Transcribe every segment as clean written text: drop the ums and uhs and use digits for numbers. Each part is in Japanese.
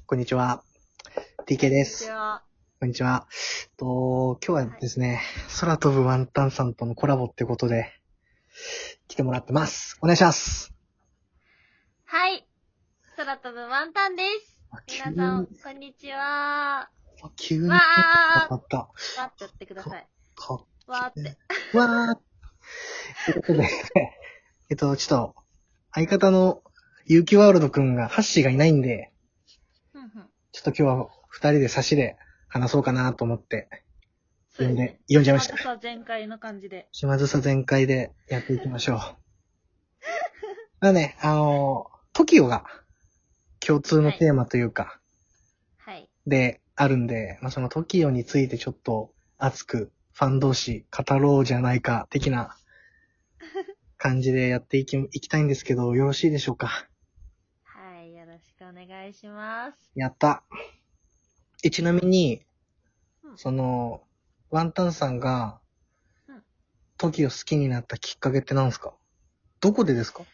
こんにちは。TK です。 は。 こんにちは。今日はですね、空飛ぶワンタンさんとのコラボってことで、来てもらってます。お願いします。 はい。空飛ぶワンタンです。皆さん、こんにちは。 急に、 わわかった。 ー。わーってやってください。 かっわーって。 わー。ということで、ちょっと、相方のゆうきワールドくんが、ハッシーがいないんで、 ふんふん。 ちょっと今日は二人で差しで話そうかなと思って、 そうですね。 呼んじゃいました。 島津さ全開の感じで。 島津さ全開でやっていきましょう。まあね、TOKIO が共通のテーマというか、 はい。 であるんで、まあ、その TOKIO についてちょっと熱くファン同士語ろうじゃないか的な感じでやっていきたいんですけど、よろしいでしょうか。 はい。よろしくお願いします。 やった。ちなみに、 うん。 ワンタンさんがうん。 TOKIO 好きになったきっかけって何ですか？どこでですか？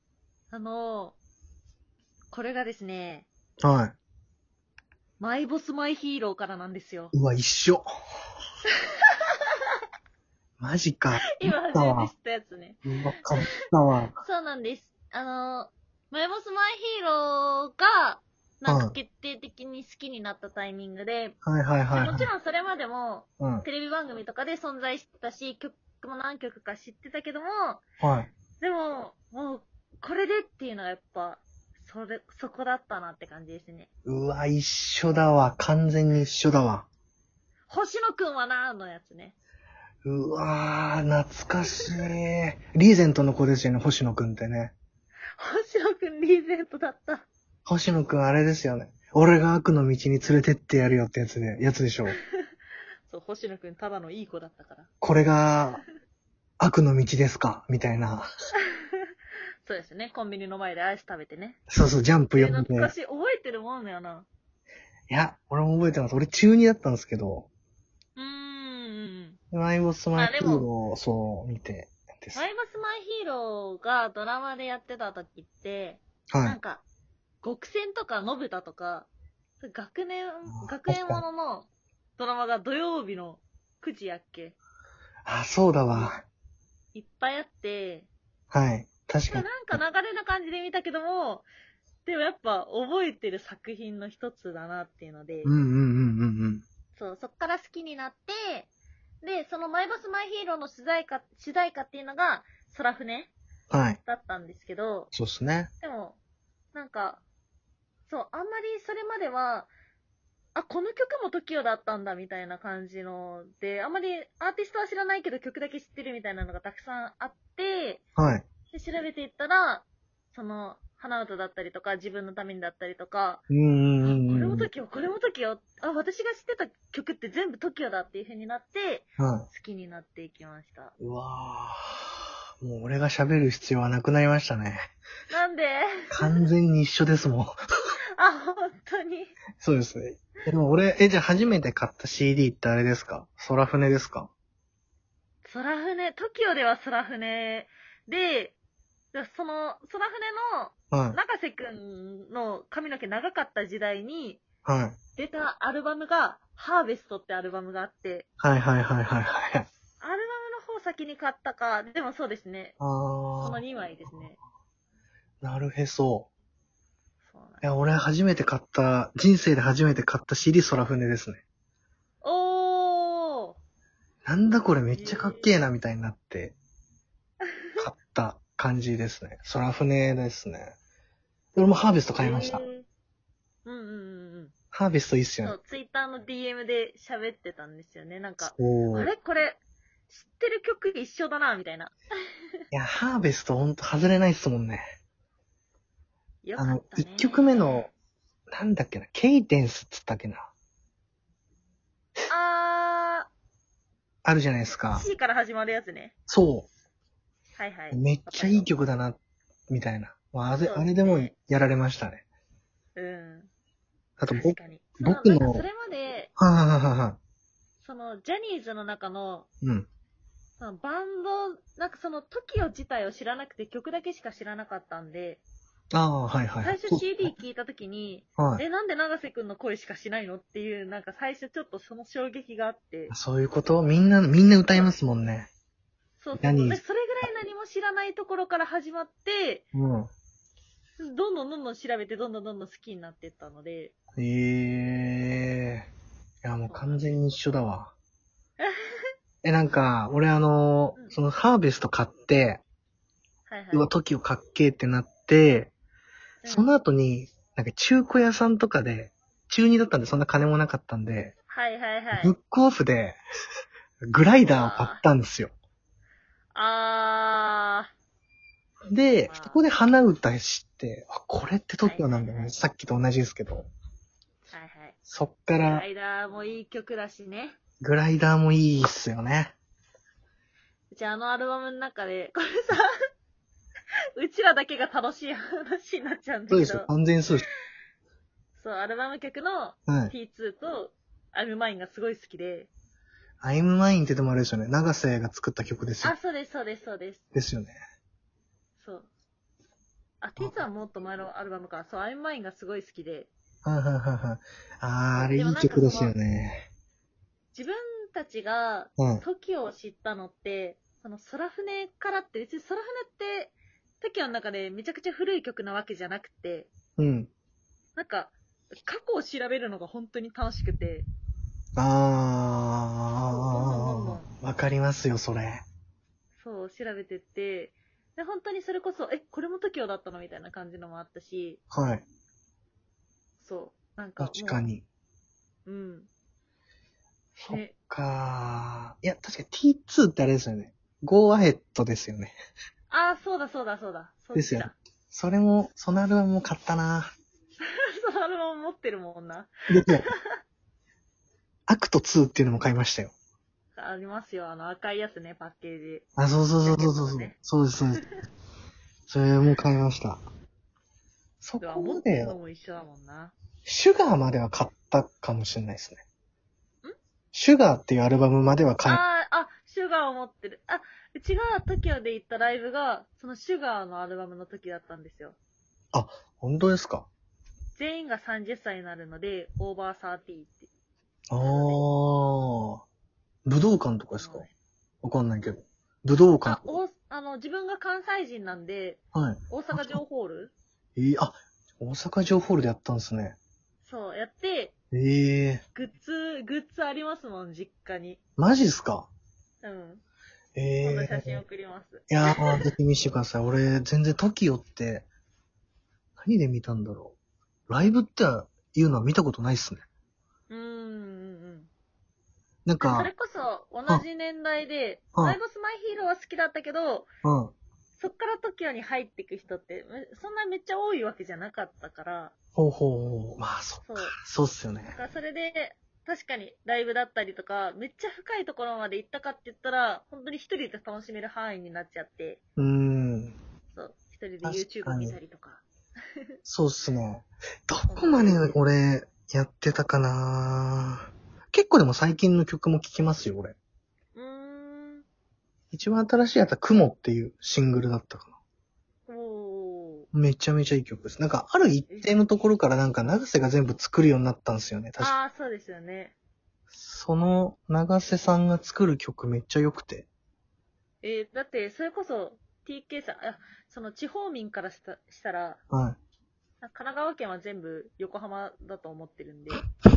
これがですね、 はマイボスマイヒーローからなんですよ。 い。うわ、一緒。マジか。 今買ったわ。 初めて知ったやつね。 うわ、買ったわ。 そうなんです。マイボスマイヒーローが、なんかはい。 決定的に好きになったタイミングで、 はいはいはいもちはい。 ろんそれまでも、 うん。 テレビ番組とかで存在してたし、曲も何曲か知ってたけども、 はい。 でも、もう、これでっていうのがやっぱ、そこだったなって感じですね。 うわ、一緒だわ。完全に一緒だわ。 星野くんはなーのやつね。 うわー、懐かしい。リーゼントの子ですよね、星野くんってね。 星野くんリーゼントだった。 星野くんあれですよね。俺が悪の道に連れてってやるよってやつでしょ。 そう、星野くんただのいい子だったから。 これが悪の道ですかみたいな。 そうですね。コンビニの前でアイス食べてね。 そうそう、ジャンプ読んで。 懐かしい。覚えてるもんだよな。 いや、俺も覚えてます。俺中2だったんですけど、 うーん。 マイボスマイまあでも、 ヒーローをそう見てです。 マイバスマイヒーローがドラマでやってた時って、 はい。 なんか、極戦とかのぶたとか、学園確かに。 もののドラマが土曜日の9時やっけあ、そうだにわ。 いっぱいあって、 はい。確かに。 なんか流れな感じで見たけども、でもやっぱ覚えてる作品の一つだなっていうので、 うんうんうんうんうん。 そう、そっから好きになって、で、そのマイバスマイヒーローの主題歌っていうのが、空船はい。 だったんですけど、 そうっすね。 でも、なんか、そう、あんまりそれまでは、あ、この曲も TOKIO だったんだみたいな感じので、あんまりアーティストは知らないけど曲だけ知ってるみたいなのがたくさんあって、 はい。 で、調べていったら、花歌だったりとか、自分のためにだったりとか、 うんうんうあ、これもんうん。 TOKIO、これも TOKIO、あ、私が知ってた曲って全部 TOKIO だっていう風になって、 は好きになっていきました。 い。うわぁ。もう俺が喋る必要はなくなりましたね。 なんで完全に一緒ですもん。 あ、本当に。 そうですね。でも俺、じゃあ初めて買った CD ってあれですか？空船ですか？ 空船、TOKIO では空船で、その、空船のはい。 中瀬くんの髪の毛長かった時代にはい。 出たアルバムが、ハーベストってアルバムがあって、 はいはいはいはいはい。 アルバムの方先に買ったか、でもそうですね。そのあ 2枚ですね。 ー、なるへそ。 そうなんいや、 ですよ。 人生で初めて買った CD 空船ですね。 おーなんだこれめっちゃかっけええなみたいになって、買った感じですね。空船ですね。俺もハーベスト買いました。 うんうんうんうん。 ハーベストいいっすよね。 そう、ツイッターの DM で喋ってたんですよね。なんか、あそう。 れこれ、知ってる曲一緒だな、みたいな。 いや、ハーベストほんと外れないっすもんね。 よかった一曲目の、 ね。 なんだっけな、ケイデンスっつったっけな。 ああるじゃないですー、 か。 C から始まるやつね。 そはいはう。 い。 めっちゃいいわかるよ。 曲だな、みたいな。まあ、 そうあれでもですね。 やられましたね。 うん。 あと、 確かに。なんかそ僕の、 れまで、 ははははは。 ジャニーズの中の、 うん。 そのバンド、なんかTOKIO自体を知らなくて曲だけしか知らなかったんで、 ああ、はいはいはい。 最初 CD 聞いた時に、 はい。 なんで永瀬くんの声しかしないのっていう、なんか最初ちょっとその衝撃があって。 そういうことみんな歌いますもんね。 そうそうそう。 何で、それぐらい何も知らないところから始まって、 うん。 どんどんどんどん調べて、どんどんどんどん好きになっていったので。 ええいや、もうそうなんです。 完全に一緒だわ。なんか、俺うん。 そのハーベスト買って、うわ、 はいはい。 TOKIOかっけーってなって、そうん。 の後に、なんか中古屋さんとかで、中2だったんでそんな金もなかったんで、 はいはいはい。 ブックオフで、グライうダーを買っわたんですよ。 ー。 で、そこまで花歌知って、あ、これってあ。はい TOKIO なんだよね。 はいはい。 さっきと同じですけど。 はいはい。 そっからグライダーもいい曲だしね。 グライダーもいいっすよね。 うちあのアルバムの中で、これさ、うちらだけが楽しい話になっちゃうんだそうですよ。 けど、 完全そうです。 そう、アルバム曲のはい。 T2 と I'm Mine がすごい好きで、 I'm Mine ってでもあれですよね。長瀬が作った曲ですよ。 あ、そうです、そうです、そうです。 ですよね。 そう。あ、T2 はもっと前のアルバムか。そう、I'm Mine がすごい好きで。 はいはいはいはい。あれそう。でもいいなんかその、 曲ですよね。 自分たちがうん。 TOKIO を知ったのって、その空船からって、別に空船って TOKIO の中でめちゃくちゃ古い曲なわけじゃなくて、 うん。 なんか、過去を調べるのが本当に楽しくて、そう、どんどんどんどん、 わかりますよ、それ。 そう、調べてって、で、本当にそれこそ、これも TOKIO だったのみたいな感じのもあったし、 はい。 そう、なんかも確かに。 う、うん、 そっね。 かー。いや、確かに T2 ってあれですよね。Go Ahead ですよね。 あー、そうだそうだそうだ、そっですよね。 ちだ。 それも、そのアルバムも買ったな。 そのアルバム持ってるもんな。 ですよ。アクト2っていうのも買いましたよ。 ありますよ、あの赤いやつね、パッケージ。 あ、そうそうそうジャケそうそうそう。 ットのね。 そうです、そうです。それも買いました。そうわ、 こ持ってんまで、 のも一緒だもんな。 シュガーまでは買ったかもしれないですね。 んシュガーっていうアルバムまでは買え、 シュガーを持ってる。あ、うちが TOKIO で行ったライブが、そのシュガーのアルバムの時だったんですよ。 あ、本当ですか？ 全員が30歳になるので、オーバー30ってあいうので、 ー。武道館とかですか？ そのね。 わかんないけど。武道館あ、 とか。 自分が関西人なんで、 はい。 大阪城ホールあ、大阪城ホールでやったんですね。 そう、やって、 ええグッズありますもん、実家に。 マジっすか？ うん。今度ええ写真送ります。 いやー、ぜひ見せてください。俺、全然 TOKIO って、何で見たんだろう。ライブっていうのは見たことないっすね。 うん。 なんか、 でそれこそ同は、 じ年代で、マイは、 ボスマイヒーローは好きだったけど、 は、 そっから TOKIO に入っていく人って、そんなめっちゃ多いわけじゃなかったから、 ほうほうほう。まあ、そっか。 そう。 そうっすよね。 だからそれで、確かにライブだったりとか、めっちゃ深いところまで行ったかって言ったら、本当に一人で楽しめる範囲になっちゃって、 うーん。 そう。一人で確 YouTube 見かに。 たりとか。 そうっすね。どそうなんです。 こまで俺、やってたかな。結構でも最近の曲も聴きますよ、俺。 うーん。 一番新しいやつは雲っていうシングルだったかな。 おー。 めちゃめちゃいい曲です。なんか、ある一定のところからなんか、長瀬が全部作るようになったんですよね。確か。 そうですよね。 その、長瀬さんが作る曲めっちゃ良くて。 だって、それこそ TK さん、その地方民からしたら、 はい。 神奈川県は全部横浜だと思ってるんで、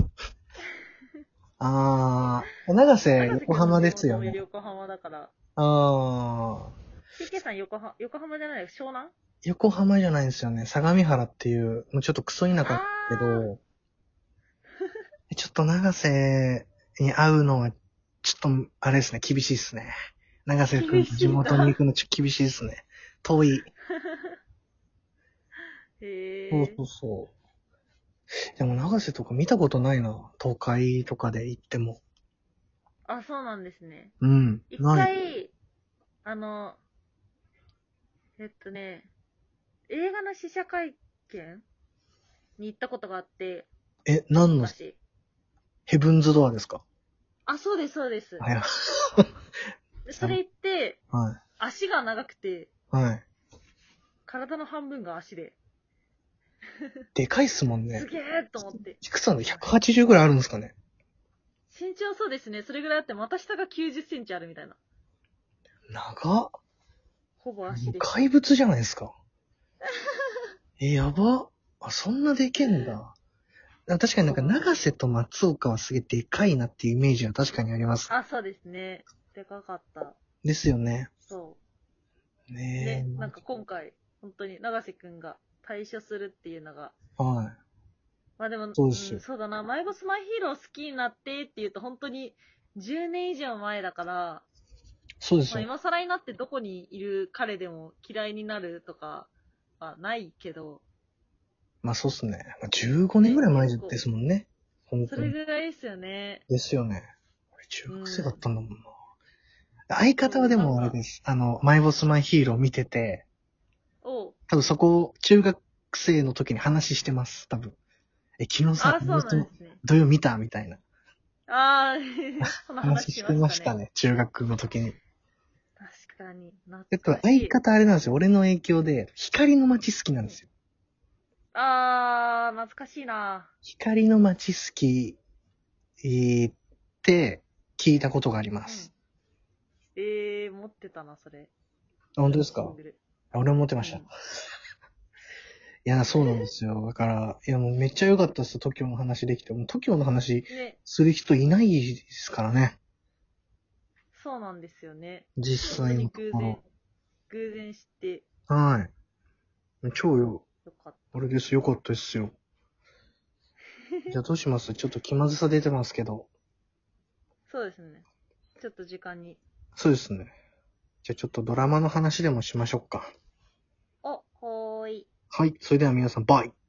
長瀬、 長瀬くんの横浜地元もですよね。 横浜だから、 あー、 TK さん横浜じゃないよ、湘南横浜じゃないんですよね。相模原っていう、もうちょっとクソ田舎だけど、ちょっと長瀬に会うのは、ちょっと、あれですね、厳しいですね。長瀬くん厳の地しいんだ。 元に行くのちょっと厳しいですね。遠い。そうへえ。 そうそう。でも長瀬とか見たことないな。東海とかで行っても。 そうなんですね。 うん。 一ない。 回、あの、えっとね、映画の試写会見に行ったことがあって、 何の、 昔。 ヘブンズドアですか？ そうです、そうです。 あ、いや、 で、それ行って、 はい。 足が長くて、 はい。 体の半分が足で。 でかいっすもんねす。げーと思って。 いくつなんで180ぐらいあるんですかね。 身長そうですね。それぐらいあって、また下が90センチあるみたいな。 長っ。 ほぼ足です。 怪物じゃないですか。やば。あ、そんなでけんだ。確かになんか長瀬と松岡はすげえでかいなっていうイメージは確かにあります。 あ、そうですね。でかかった。 ですよね。 そう。 ねえ。 なんか今回、本当に長瀬くんが退所するっていうのが、 はい。 まあでも、 そうですよ。 そうだな、マイボスマイヒーロー好きになってって言うと本当に10年以上前だから、まあ、 そうですよ。 今更になってどこにいる彼でも嫌いになるとかはないけど、 まあそうっすね。まあ、15年ぐらい前結構ですもんね。本そ当に。 れぐらいですよね。 ですよね。俺中うん。 学生だったんだもんな。相方はでそう、なんか、 もあれです。マイボスマイヒーロー見てて、 おう。 多分そこ、中学生の時に話してます。多分。昨日さ、 あ、そうなんですね。 土曜見たみたいな。 ああ、その話し話してましたね。 ましたね。中学の時に。 確かに。懐やっぱかしい。 相方あれなんですよ。俺の影響で、光の街好きなんですよ。 あー、懐かしいな。 光の街好き、って聞いたことがありまうん。 す。 持ってたな、それ。 あ、本当ですか？ シングル。 俺も持ってました。 うん。 いや、そうなんですよ。だから、いやもうめっちゃ良かったです。TOKIO の話できて。もう TOKIO の話ね、 する人いないですからね。 そうなんですよね。 実本当に際のとこ偶然知って、 ろ。はい。超よかった。 あれです。良かったですよ。じゃあどうします？ちょっと気まずさ出てますけど。 そうですね。ちょっと時間に。 そうですね。じゃあちょっとドラマの話でもしましょうか。 ほーい。 はい。それでは皆さん、バイ。